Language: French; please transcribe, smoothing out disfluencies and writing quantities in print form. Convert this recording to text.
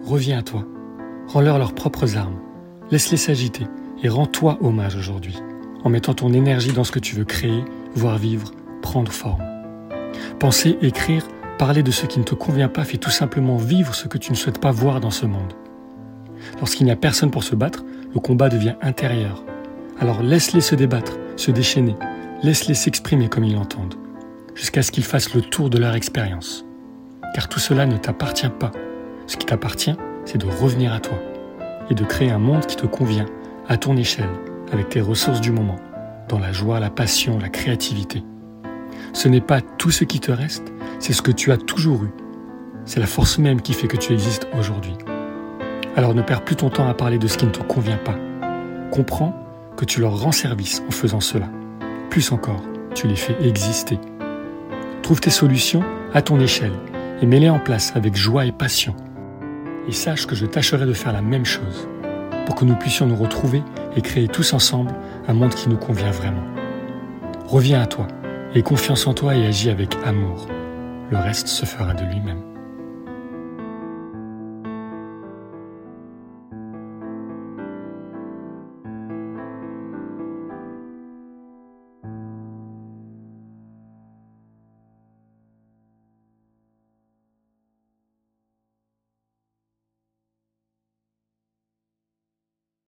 reviens à toi. Rends-leur leurs propres armes. Laisse-les s'agiter et rends-toi hommage aujourd'hui, en mettant ton énergie dans ce que tu veux créer, voir vivre, prendre forme. Penser, écrire, parler de ce qui ne te convient pas fait tout simplement vivre ce que tu ne souhaites pas voir dans ce monde. Lorsqu'il n'y a personne pour se battre, le combat devient intérieur. Alors laisse-les se débattre, se déchaîner, laisse-les s'exprimer comme ils l'entendent, jusqu'à ce qu'ils fassent le tour de leur expérience. Car tout cela ne t'appartient pas. Ce qui t'appartient, c'est de revenir à toi et de créer un monde qui te convient, à ton échelle, avec tes ressources du moment, dans la joie, la passion, la créativité. Ce n'est pas tout ce qui te reste, c'est ce que tu as toujours eu. C'est la force même qui fait que tu existes aujourd'hui. Alors ne perds plus ton temps à parler de ce qui ne te convient pas. Comprends que tu leur rends service en faisant cela. Plus encore, tu les fais exister. Trouve tes solutions à ton échelle et mets-les en place avec joie et passion. Et sache que je tâcherai de faire la même chose pour que nous puissions nous retrouver et créer tous ensemble un monde qui nous convient vraiment. Reviens à toi, aie confiance en toi et agis avec amour. Le reste se fera de lui-même.